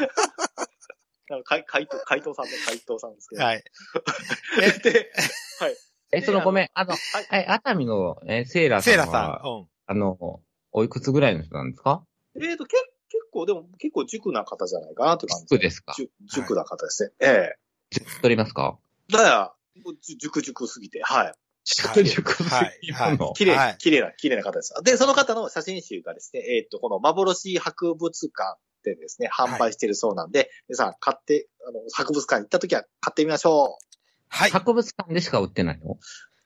怪盗、怪盗さんの怪盗さんですけど。 はい。 で、はい。 え、そのごめん、あの、はい、熱海の、え、セイラさんは。セイラさん。うん。あの、おいくつぐらいの人なんですか？ えっと、結構、でも結構塾な方じゃないかなって感じ。 塾ですか？ 塾な方ですね。ええ。 塾取りますか？ だから、塾塾すぎて、はい。 塾塾すぎて。はい。 はい。綺麗、綺麗な、綺麗な方です。で、その方の写真集がですね、えっと、この幻博物館でですね、販売しているそうなんで、皆さん買って、あの、博物館に行った時は買ってみましょう。 はい。 博物館でしか売ってないの？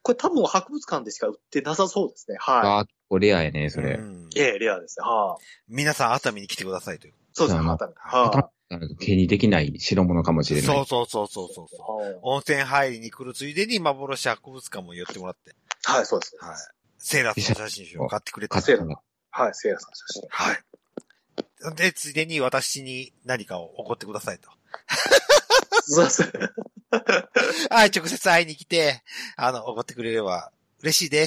これ多分博物館でしか売ってなさそうですね。はい。 あー、レアやね、それ。 ええ、レアですね。はあ。 皆さん熱海に来てくださいという。 そうですね、熱海。はあ。手にできない代物かもしれない。 そうそうそうそうそう。温泉入りに来るついでに幻博物館も寄ってもらって。 はい、そうです。 はい。セーラーさんの写真集を買ってくれて。 セーラー。はい、セーラーさんの写真。 はい。で、ついでに私に何かをおごってくださいと。 そうですね。 はい、直接会いに来て、あの、おごってくれれば嬉しいです。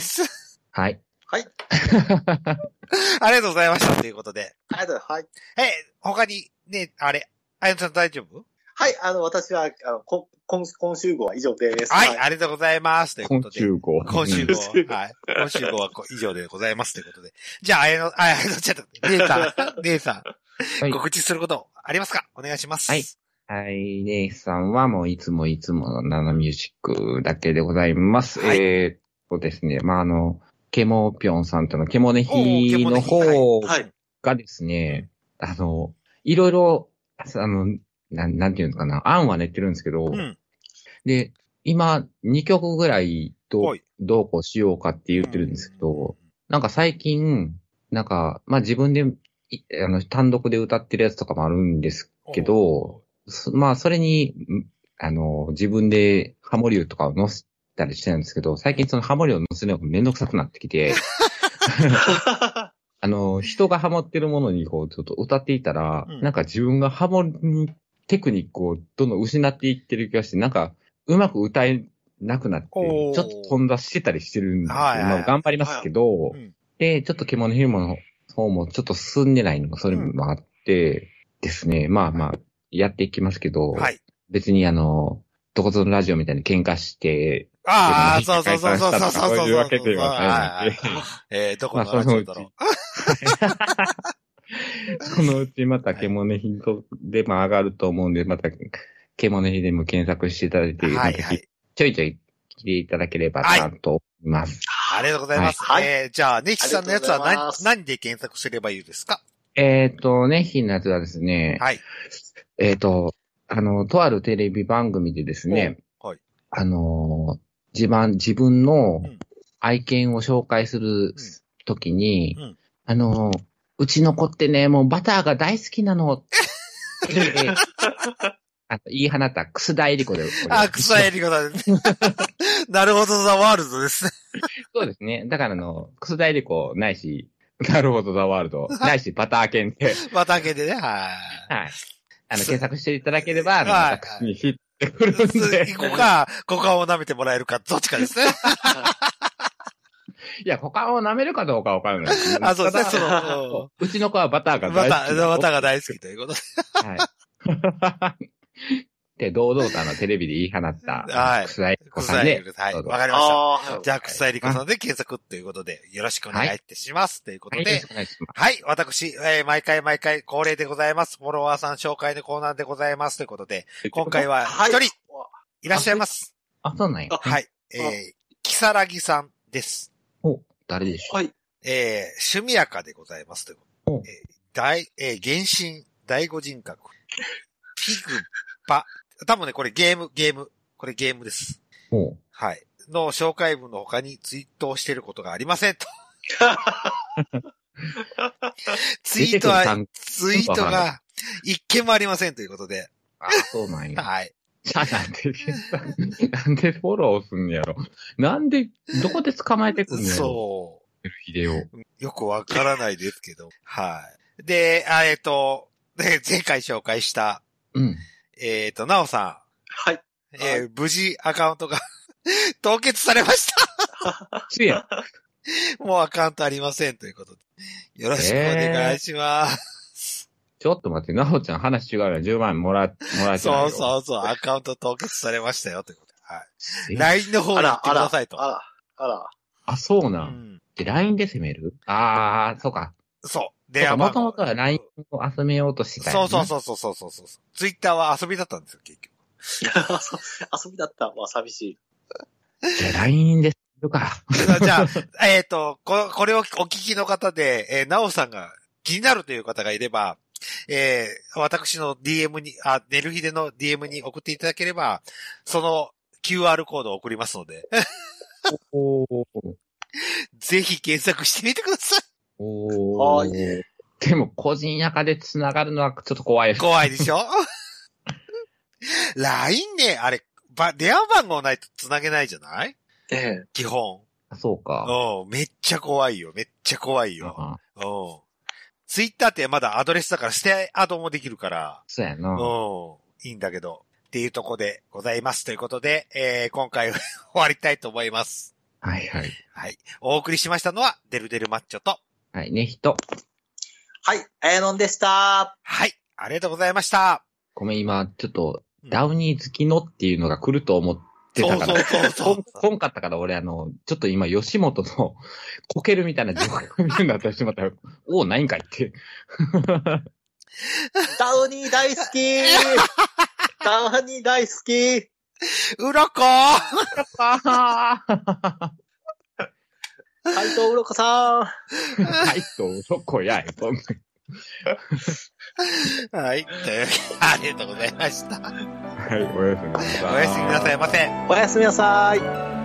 はい。 はい。 ありがとうございました。ということで。 ありがとうございます。 はい。え、他に、ね、あれ、あやのさん大丈夫？ はい、あの、私は、あの、こ今、今週号は以上です。 はい、はい、ありがとうございます。ということで。 今週号。 今週号。はい。今週号は以上でございます。ということで。じゃあ、あやの、あやのちゃん、姉さん、姉さん、はい、告知することありますか？お願いします。 はい。はい、姉さんはもういつもいつものナナミュージックだけでございます。はい、えーっとですね、まあ、あの、ケモピョンさんとのケモネヒの方がですね、はいはい、あの、いろいろ、あの、なん、なんていうのかな、案は練ってるんですけど、うん、で、今、にきょくぐらいどう、どうこうしようかって言ってるんですけど、なんか最近、なんか、まあ自分で、あの、単独で歌ってるやつとかもあるんですけど、まあそれに、あの、自分でハモリューとかを載せたりしてるんですけど、最近そのハモリューを載せるのがめんどくさくなってきて、あの、人がハモってるものにこう、ちょっと歌っていたら、うん、なんか自分がハモるテクニックをどんどん失っていってる気がして、なんか、うまく歌えなくなって、ちょっと飛んだしてたりしてるんですよ。はいはいはい、まあ頑張りますけど、はいはい、で、ちょっと獣ヒルモの方もちょっと進んでないのもそれもあってですね、うん、まあまあ、やっていきますけど、はい、別にあの、どこぞのラジオみたいに喧嘩して、 ああ、そうそうそうそうそうそうそう。 そういうわけではないので。 えー、どこのラジオだろう。 そのうちまた獣ヒでも上がると思うんで、また獣ヒでも検索していただいて、はいはい、ちょいちょい来ていただければなと思います、 はい。ありがとうございます。はい、えー、じゃあ、ネヒさんのやつは何、何で検索すればいいですか？ えっと、ネヒのやつはですね、はい。えっと、あの、とあるテレビ番組でですね、はい、あの、自分、自分の愛犬を紹介するときに、うんうん、あの、うちの子ってね、もうバターが大好きなの。ってあと言い放った楠田絵理子で。 あ、楠田絵理子だね。なるほど、ザワールドですね。 そうですね。だからあの、楠田絵理子ないし、なるほど、ザワールドないし、バター犬で。 バター犬でね、はい。 はい。あの、検索していただければ、あの、私にヒットくるんで。 ここか、股間を舐めてもらえるか、どっちかですね。 いや、股間を舐めるかどうかわからない。 あ、そうですね、その、 うちの子はバターが大好き。 バター、バターが大好きということで。 はい。で、堂々とあの、テレビで言い放った、はい。草井理子さんで。 はい。わかりました。じゃあ、草井理子さんで検索ということで、よろしくお願いします。ということで。はい。はい。私、えー、毎回毎回恒例でございます。フォロワーさん紹介のコーナーでございます。ということで、今回は一人、いらっしゃいます。 あ、そうなんや。 はい。えー、キサラギさんです。 お、誰でしょう？ はい。 えー、趣味やかでございます。ということで。えー、大、えー、原神、第五人格、ピグパ、多分ね、これゲーム、ゲーム、これゲームです。 おはい。の紹介文の他にツイートをしていることがありませんと。ツイートは、ツイートが一件もありませんということで。 あ、そうなんや。 はい。 じゃあなんで、なんでフォローすんやろ。なんで、どこで捕まえてくんやろ。 そう。 ヒデオ。 よくわからないですけど。はい。で、あえっと、で、前回紹介した、 うん。 えっと、なおさん。 はい。 えーはい、無事アカウントが凍結されましたつや。 もうアカウントありませんということで。よろしくお願いします。 えー、ちょっと待って、なおちゃん話違うよ。じゅうまんもら、もらえてないよ。 そうそうそう。アカウント凍結されましたよということで。はい。ライン の方に行ってくださいと。 あら、あら、あら。 あ、そうなん。うん、で、ライン で攻める？あー、そうか。 そう。 で、もともとは ライン を遊めようとしてたよ、ね。 そうそうそうそうそうそう。ツイッターは遊びだったんですよ、結局。 遊びだった。まあ、寂しい。 じゃあ、ライン でするか。 じゃあ、えっと、こ、これをお聞きの方で、えー、なおさんが気になるという方がいれば、えー、私の ディーエム に、あ、ネルヒデの ディーエム に送っていただければ、その キューアール コードを送りますので。 おーぜひ検索してみてください。 おー。でも、個人やかで繋がるのはちょっと怖いです。 怖いでしょライン ね、あれ、ば、電話番号ないと繋げないじゃない？ ええ。 基本。 そうか。 うん、めっちゃ怖いよ。めっちゃ怖いよ。うん。ツイッターってまだアドレスだからステアドもできるから。 そうやな。 うん。いいんだけど。っていうとこでございます。ということで、えー、今回終わりたいと思います。 はいはい。 はい。お送りしましたのは、デルデルマッチョと。 はい、ねひと。 はい、あやのんでした。 はい。ありがとうございました。 ごめん、今、ちょっと、ダウニー好きのっていうのが来ると思ってたから。 そうそうそうそう。 こんかったから俺、あの、ちょっと今、吉本のこけるみたいな状況に見るんだったらしまったら、おう、ないんかいって。 ダウニー大好きダウニー大好きうろこ海藤うろこさん海藤うろこやい、そんな。 はい。ありがとうございました。 はい、おやすみなさい。 おやすみなさいませ。 おやすみなさい。